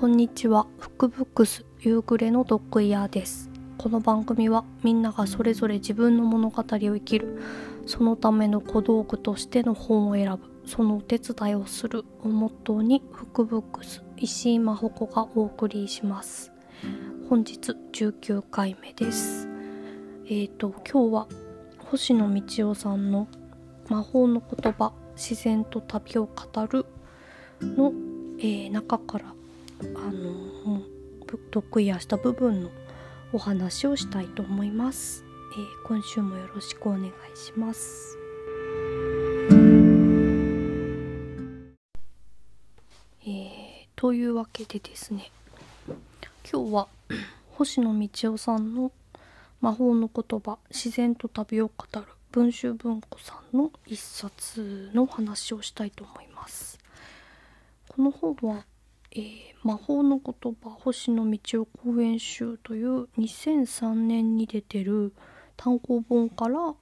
こんにちは。福ブックス夕暮れのドッグイヤーです。この番組はみんながそれぞれ自分の物語を生きる、そのための小道具としての本を選ぶ、そのお手伝いをするをモットーに福ブックス石井真帆子がお送りします。本日19回目です。今日は星野道夫さんの魔法の言葉自然と旅を語るの、中からドッグイヤーした部分のお話をしたいと思います。今週もよろしくお願いします。というわけでですね、今日は星野道夫さんの魔法の言葉自然と旅を語る文集文庫さんの一冊の話をしたいと思います。この本は、魔法の言葉星野道夫講演集という2003年に出てる単行本から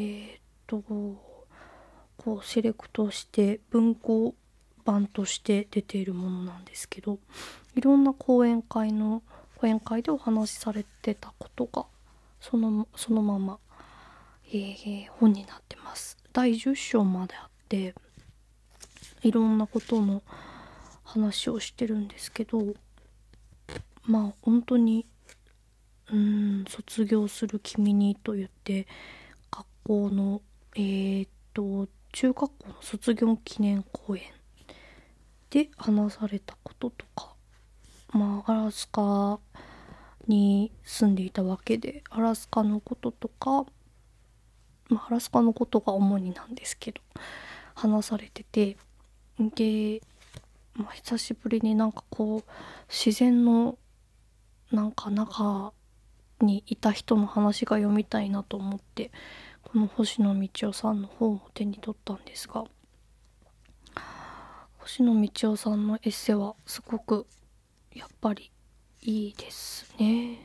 こうセレクトして文庫版として出ているものなんですけど、いろんな講演会でお話しされてたことがそのまま、本になってます。第10章まであっていろんなことの話をしてるんですけど、本当に卒業する君にと言って学校の中学校の卒業記念公演で話されたこととか、アラスカに住んでいたわけでアラスカのこととか、アラスカのことが主になんですけど話されてて、で、久しぶりに自然の中にいた人の話が読みたいなと思ってこの星野道夫さんの本を手に取ったんですが、星野道夫さんのエッセイはすごくやっぱりいいですね。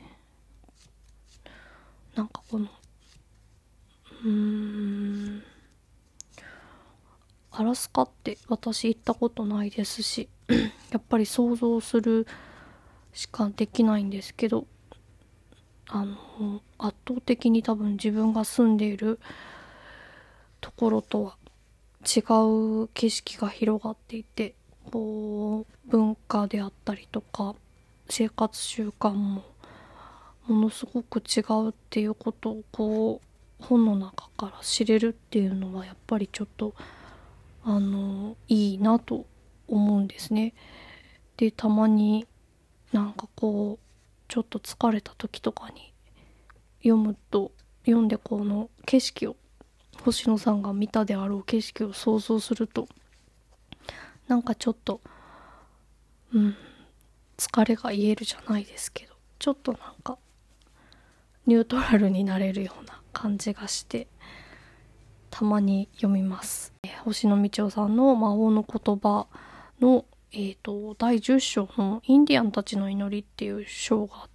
アラスカって私行ったことないですしやっぱり想像するしかできないんですけど、圧倒的に多分自分が住んでいるところとは違う景色が広がっていて、文化であったりとか生活習慣もものすごく違うっていうことを本の中から知れるっていうのはやっぱりちょっといいなと思うんですね。で、たまにちょっと疲れた時とかに読んでこの景色を星野さんが見たであろう景色を想像するとちょっと疲れが癒えるじゃないですけど、ちょっとニュートラルになれるような感じがしてたまに読みます。星野道夫さんの魔法の言葉の、第10章のインディアンたちの祈りっていう章があって、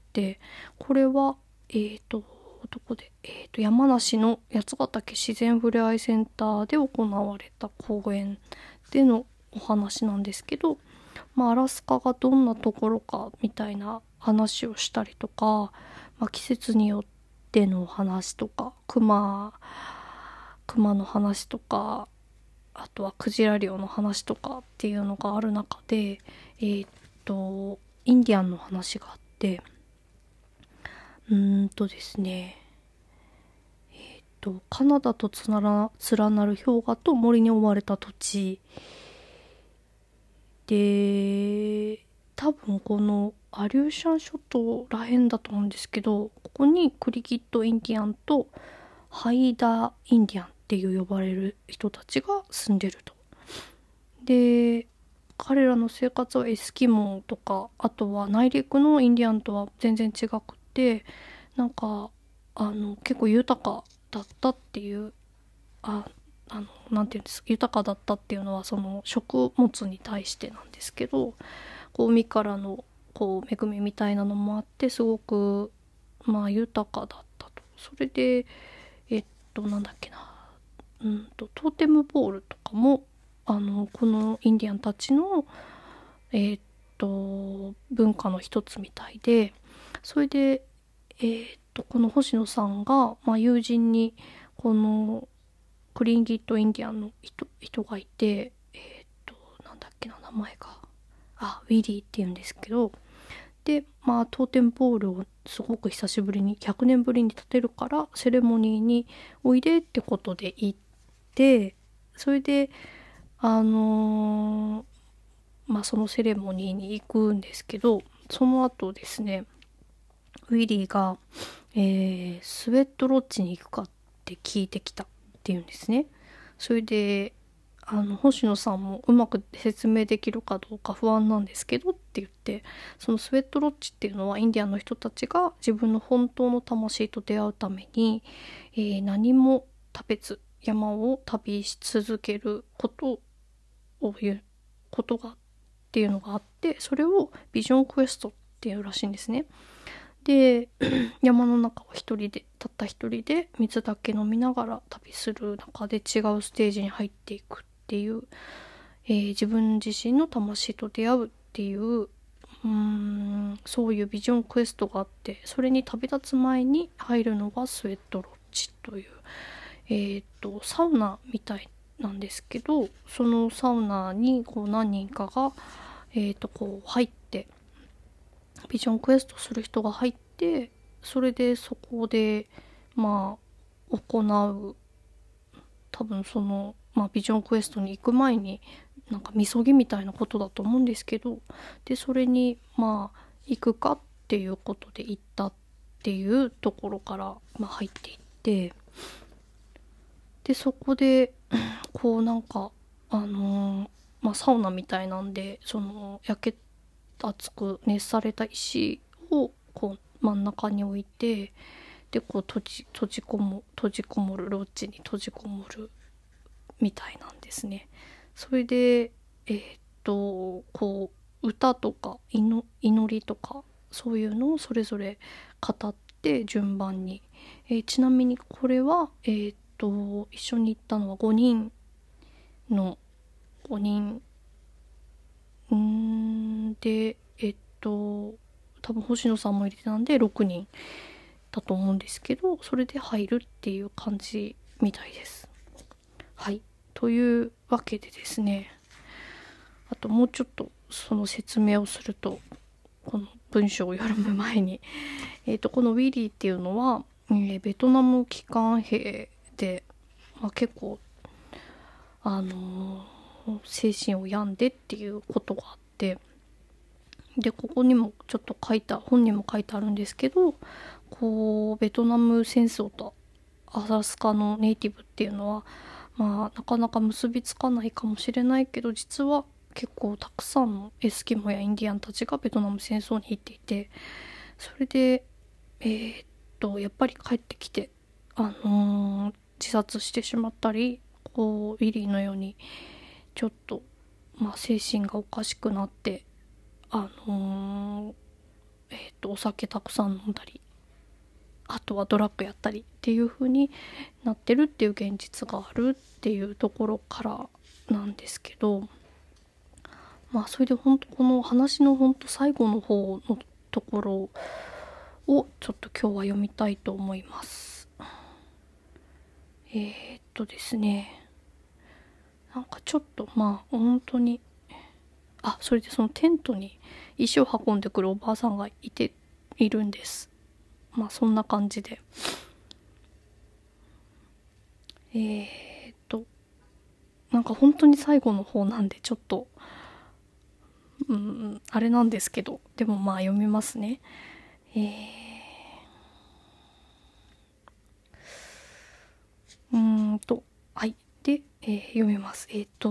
これはどこで、山梨の八ヶ岳自然ふれあいセンターで行われた講演でのお話なんですけど、アラスカがどんなところかみたいな話をしたりとか、季節によっての話とか熊の話とか、あとはクジラ漁の話とかっていうのがある中で、インディアンの話があって、ですね、カナダと連なる氷河と森に覆われた土地で、多分このアリューシャン諸島らへんだと思うんですけど、ここにクリキッドインディアンとハイダインディアンっていう呼ばれる人たちが住んでると。で、彼らの生活はエスキモーとか、あとは内陸のインディアンとは全然違くて、結構豊かだったっていう、なんていうんですか、豊かだったっていうのはその食物に対してなんですけど、海からの恵みみたいなのもあってすごく豊かだったと。それでなんだっけな、トーテムボールとかもこのインディアンたちの文化の一つみたいで、それで、この星野さんが、友人にこのクリンギットインディアンの人がいて、なんだっけな、名前がウィリーっていうんですけど、でトーテンポールをすごく久しぶりに100年ぶりに建てるからセレモニーにおいでってことで行って、それでそのセレモニーに行くんですけど、その後ですね、ウィリーが、スウェットロッジに行くかって聞いてきたっていうんですね。それで星野さんもうまく説明できるかどうか不安なんですけどって言って、そのスウェットロッジっていうのはインディアンの人たちが自分の本当の魂と出会うために、何も食べず山を旅し続けることを言うことがっていうのがあって、それをビジョンクエストっていうらしいんですね。で山の中をたった一人で水だけ飲みながら旅する中で違うステージに入っていくっていう、自分自身の魂と出会うっていうそういうビジョンクエストがあって、それに旅立つ前に入るのがスウェットロッジという、サウナみたいなんですけど、そのサウナにこう何人かが、こう入ってビジョンクエストする人が入って、それでそこで行う、多分ビジョンクエストに行く前になんかみそぎみたいなことだと思うんですけど、でそれに行くかっていうことで行ったっていうところから入っていって、でそこでこうなんかサウナみたいなんで、その熱く熱された石をこう真ん中に置いて、でこう閉じこもるロッジに閉じこもるみたいなんですね。それでこう歌とか祈りとかそういうのをそれぞれ語って順番に、ちなみにこれは一緒に行ったのは5人で多分星野さんも入れてたんで6人だと思うんですけど、それで入るっていう感じみたいです。はい、というわけでですね、あともうちょっとその説明をすると、この文章を読む前にこのウィリーっていうのは、ベトナム帰還兵で、結構精神を病んでっていうことがあって、でここにもちょっと本にも書いてあるんですけど、こうベトナム戦争とアラスカのネイティブっていうのはなかなか結びつかないかもしれないけど、実は結構たくさんのエスキモやインディアンたちがベトナム戦争に行っていて、それでやっぱり帰ってきて自殺してしまったり、こうウィリーのようにちょっと精神がおかしくなってお酒たくさん飲んだり、あとはドラッグやったりっていう風になってるっていう現実があるっていうところからなんですけど、それで本当この話の本当最後の方のところをちょっと今日は読みたいと思います。ですね、なんかちょっと本当にそれでそのテントに石を運んでくるおばあさんがいるんです。そんな感じでなんか本当に最後の方なんでちょっとあれなんですけど、でも読みますね。はいで、読みます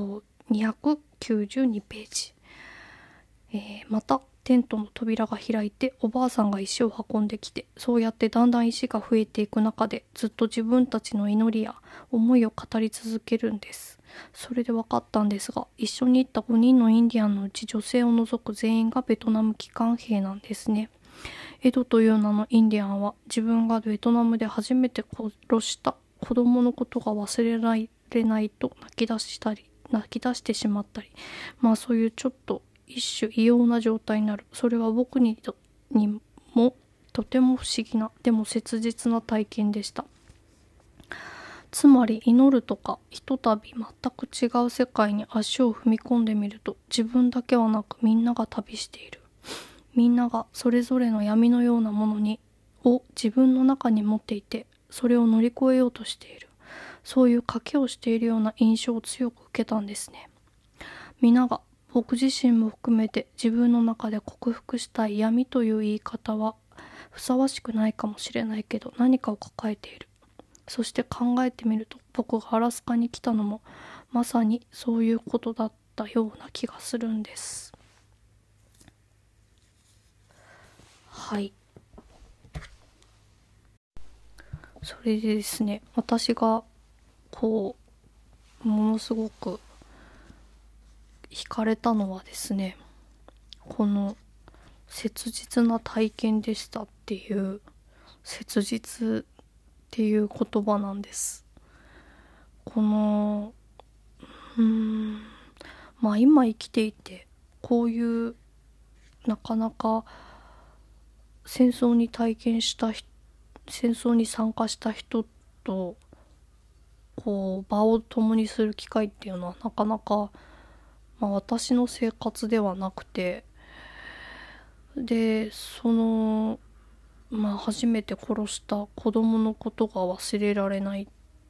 。292ページ。またテントの扉が開いておばあさんが石を運んできて、そうやってだんだん石が増えていく中でずっと自分たちの祈りや思いを語り続けるんです。それで分かったんですが、一緒に行った5人のインディアンのうち女性を除く全員がベトナム帰還兵なんですね。エドという名のインディアンは自分がベトナムで初めて殺した子供のことが忘れられないと泣き出してしまったり、そういうちょっと一種異様な状態になる。それは僕にもとても不思議な、でも切実な体験でした。つまり祈るとか、ひとたび全く違う世界に足を踏み込んでみると、自分だけはなくみんなが旅している。みんながそれぞれの闇のようなものを自分の中に持っていて、それを乗り越えようとしている。そういう賭けをしているような印象を強く受けたんですね。皆が、僕自身も含めて自分の中で克服したい闇という言い方はふさわしくないかもしれないけど、何かを抱えている。そして考えてみると、僕がアラスカに来たのもまさにそういうことだったような気がするんです。はい。それでですね、私がものすごく惹かれたのはですね、この切実な体験でしたっていう切実っていう言葉なんです。このまあ今生きていてこういうなかなか戦争に参加した人と場を共にする機会っていうのはなかなか、私の生活ではなくて、で初めて殺した子供のことが忘れられない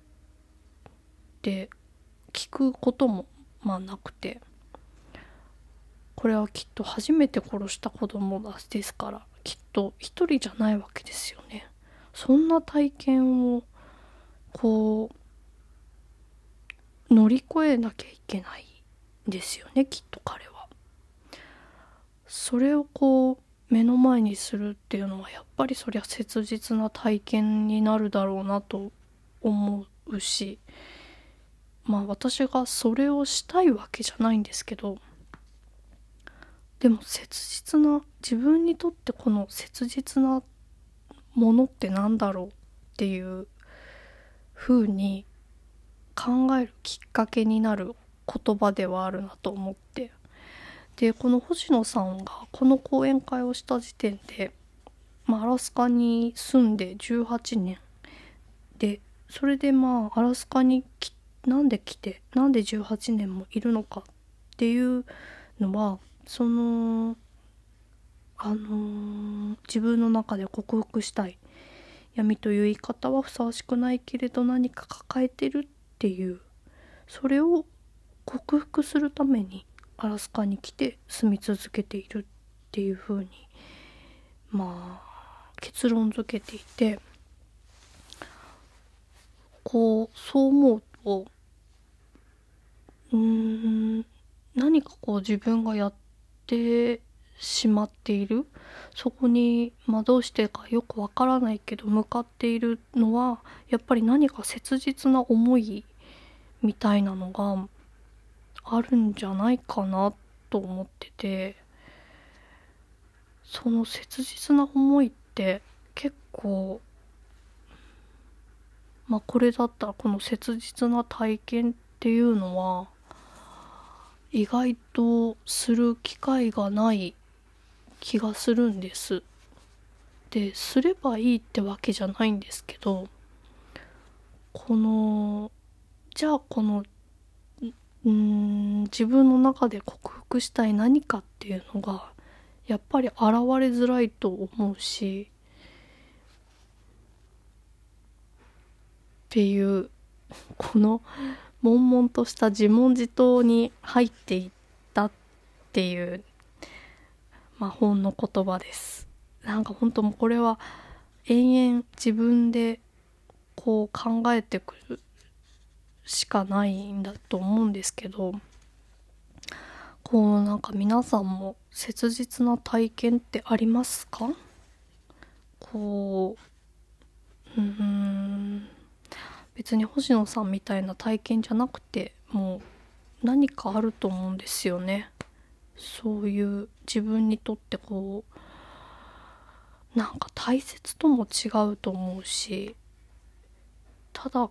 って聞くこともなくて、これはきっと初めて殺した子供ですから、きっと一人じゃないわけですよね。そんな体験を乗り越えなきゃいけないんですよね、きっと彼は。それを目の前にするっていうのはやっぱりそりゃ切実な体験になるだろうなと思うし、私がそれをしたいわけじゃないんですけど、でも自分にとってこの切実なものってなんだろうっていう風に考えるきっかけになる言葉ではあるなと思って、でこの星野さんがこの講演会をした時点で、アラスカに住んで18年で、それでアラスカになんで来てなんで18年もいるのかっていうのは、自分の中で克服したい闇という言い方はふさわしくないけれど、何か抱えてるっていう、それを克服するためにアラスカに来て住み続けているっていう風に結論付けていて、そう思うと何か自分がやってしまっている、そこにどうしてかよくわからないけど向かっているのは、やっぱり何か切実な思いみたいなのがあるんじゃないかなと思ってて、その切実な思いって結構これだったらこの切実な体験っていうのは意外とする機会がない気がするんです。ですればいいってわけじゃないんですけど、じゃあ自分の中で克服したい何かっていうのがやっぱり現れづらいと思うしっていう、この悶々とした自問自答に入っていったっていう本の言葉です。なんか本当もうこれは延々自分で考えてくるしかないんだと思うんですけど、なんか皆さんも切実な体験ってありますか？別に星野さんみたいな体験じゃなくても何かあると思うんですよね。そういう自分にとってなんか大切とも違うと思うし、ただ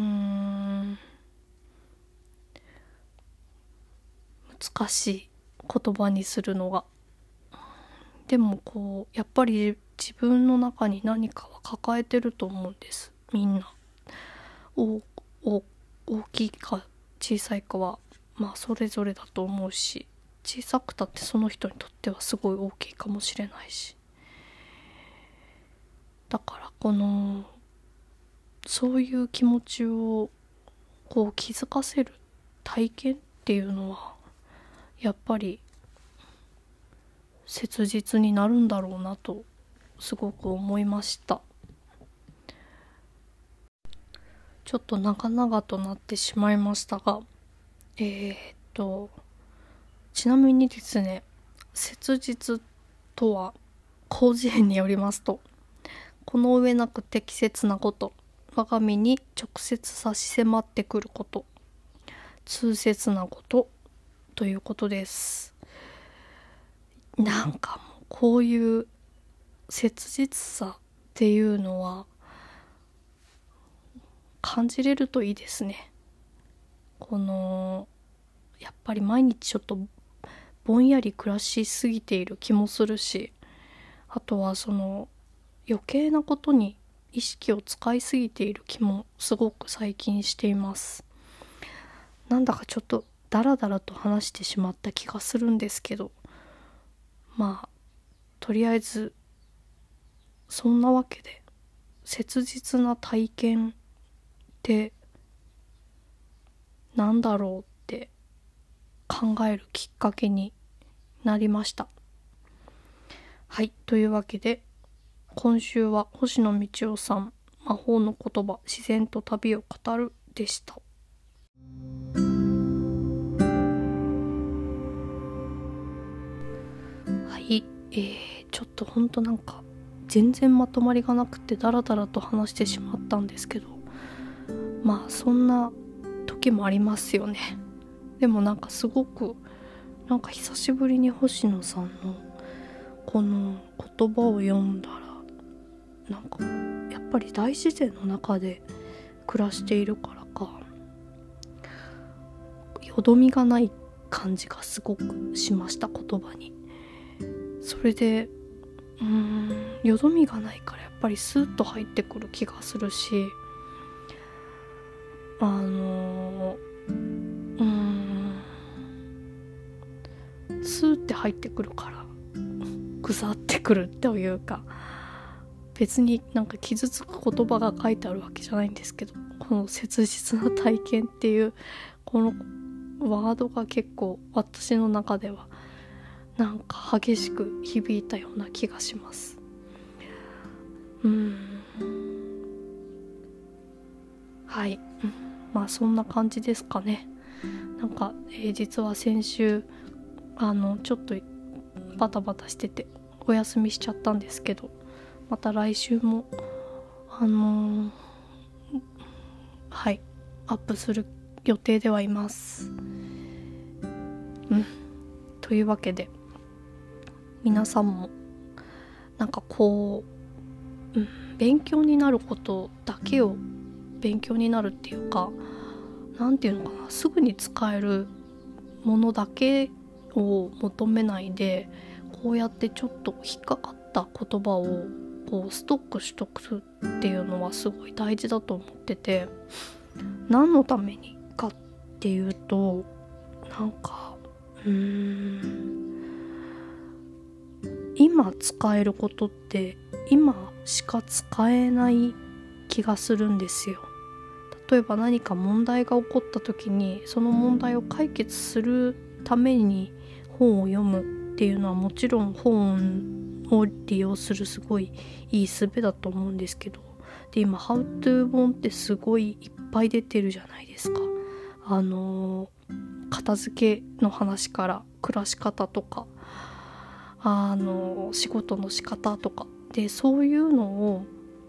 難しい言葉にするのが。でもこうやっぱり自分の中に何かは抱えてると思うんです、みんな。大きいか小さいかはまあそれぞれだと思うし、小さくたってその人にとってはすごい大きいかもしれないし、だからそういう気持ちをこう気づかせる体験っていうのはやっぱり切実になるんだろうなとすごく思いました。ちょっと長々となってしまいましたが、ちなみにですね、切実とは広辞苑によりますと、この上なく適切なこと、我が身に直接差し迫ってくること、痛切なことということです。なんかもうこういう切実さっていうのは感じれるといいですね。やっぱり毎日ちょっとぼんやり暮らしすぎている気もするし、あとは余計なことに意識を使いすぎている気もすごく最近しています。なんだかちょっとダラダラと話してしまった気がするんですけど、まあとりあえずそんなわけで、切実な体験ってなんだろうって考えるきっかけになりました。はい、というわけで今週は星野道夫さん、魔法の言葉、自然と旅を語るでした。はい、ちょっとほんとなんか全然まとまりがなくてダラダラと話してしまったんですけど、まあそんな時もありますよね。でもなんかすごくなんか久しぶりに星野さんのこの言葉を読んだら、なんかやっぱり大自然の中で暮らしているからか、よどみがない感じがすごくしました、言葉に。それでよどみがないからやっぱりスーッと入ってくる気がするし、スーって入ってくるからぐさってくるというか、別になんか傷つく言葉が書いてあるわけじゃないんですけど、この切実な体験っていうこのワードが結構私の中ではなんか激しく響いたような気がします。はい、まあそんな感じですかね。なんか、実は先週ちょっとバタバタしててお休みしちゃったんですけど、また来週もはいアップする予定ではいます。というわけで皆さんもなんかこう、勉強になることだけを勉強になるっていうか、なんていうのかな、すぐに使えるものだけを求めないで、こうやってちょっと引っかかった言葉をこうストックしとくっていうのはすごい大事だと思ってて、何のためにかっていうと、なんか今使えることって今しか使えない気がするんですよ。例えば何か問題が起こった時にその問題を解決するために本を読むっていうのはもちろん本を利用するすごいいい術だと思うんですけど、で今ハウトゥー本ってすごいいっぱい出てるじゃないですか。片付けの話から暮らし方とか仕事の仕方とかで、そういうのを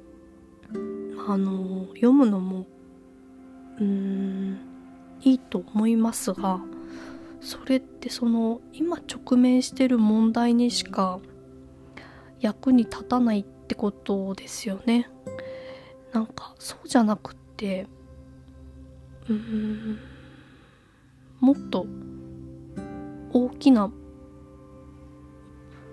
読むのもいいと思いますが、それって今直面してる問題にしか役に立たないってことですよね。なんかそうじゃなくってもっと大きな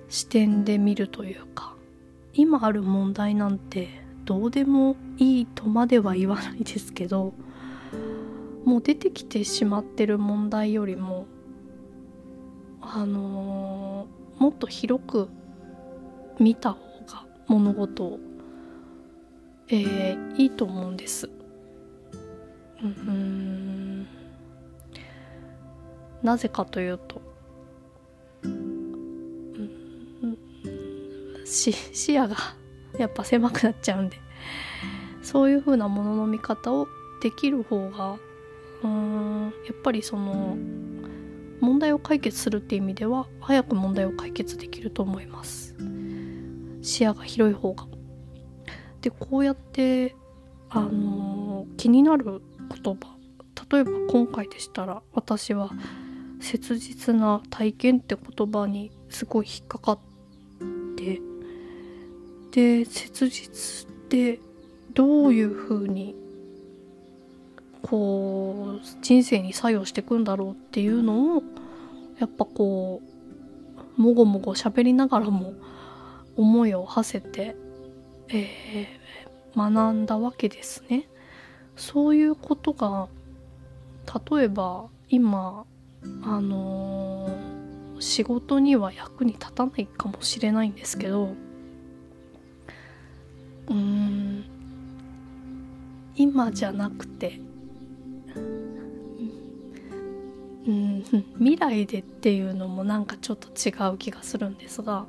視点で見るというか、今ある問題なんてどうでもいいとまでは言わないですけど、もう出てきてしまってる問題よりももっと広く見た方が物事を、いいと思うんです。なぜかというと、視野がやっぱ狭くなっちゃうんで、そういう風なものの見方をできる方がやっぱりその問題を解決するっていう意味では早く問題を解決できると思います。視野が広い方が。で、こうやって気になる言葉、例えば今回でしたら私は切実な体験って言葉にすごい引っかかって、で、切実ってどういう風にこう人生に作用していくんだろうっていうのをやっぱこうもごもご喋りながらも思いを馳せて、学んだわけですね。そういうことが例えば今仕事には役に立たないかもしれないんですけど、今じゃなくて未来でっていうのもなんかちょっと違う気がするんですが、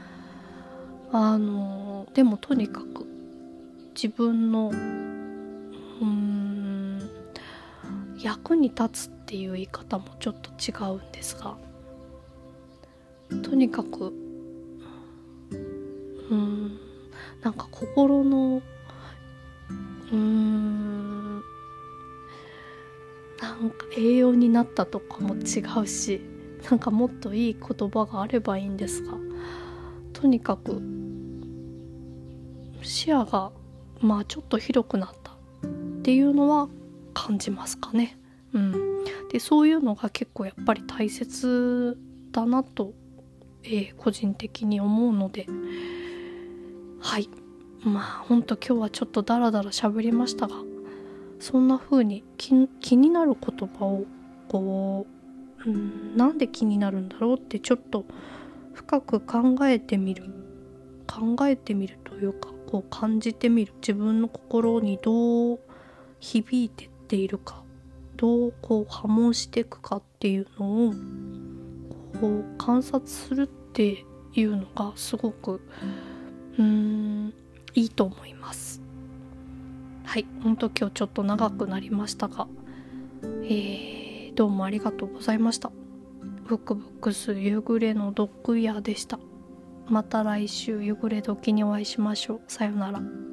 でもとにかく自分の役に立つっていう言い方もちょっと違うんですが、とにかくなんか心のなんか栄養になったとかも違うし、なんかもっといい言葉があればいいんですが、とにかく視野がちょっと広くなったっていうのは感じますかね。で、そういうのが結構やっぱり大切だなと、個人的に思うので、はい、ほんと今日はちょっとダラダラ喋りましたが、そんな風に気になる言葉をこう、なんで気になるんだろうってちょっと深く考えてみるというか、こう感じてみる、自分の心にどう響いてっているか、どうこう波紋していくかっていうのをこう観察するっていうのがすごくいいと思います。はい、本当今日ちょっと長くなりましたが、どうもありがとうございました。ブックブックス夕暮れのドッグイヤーでした。また来週夕暮れ時にお会いしましょう。さよなら。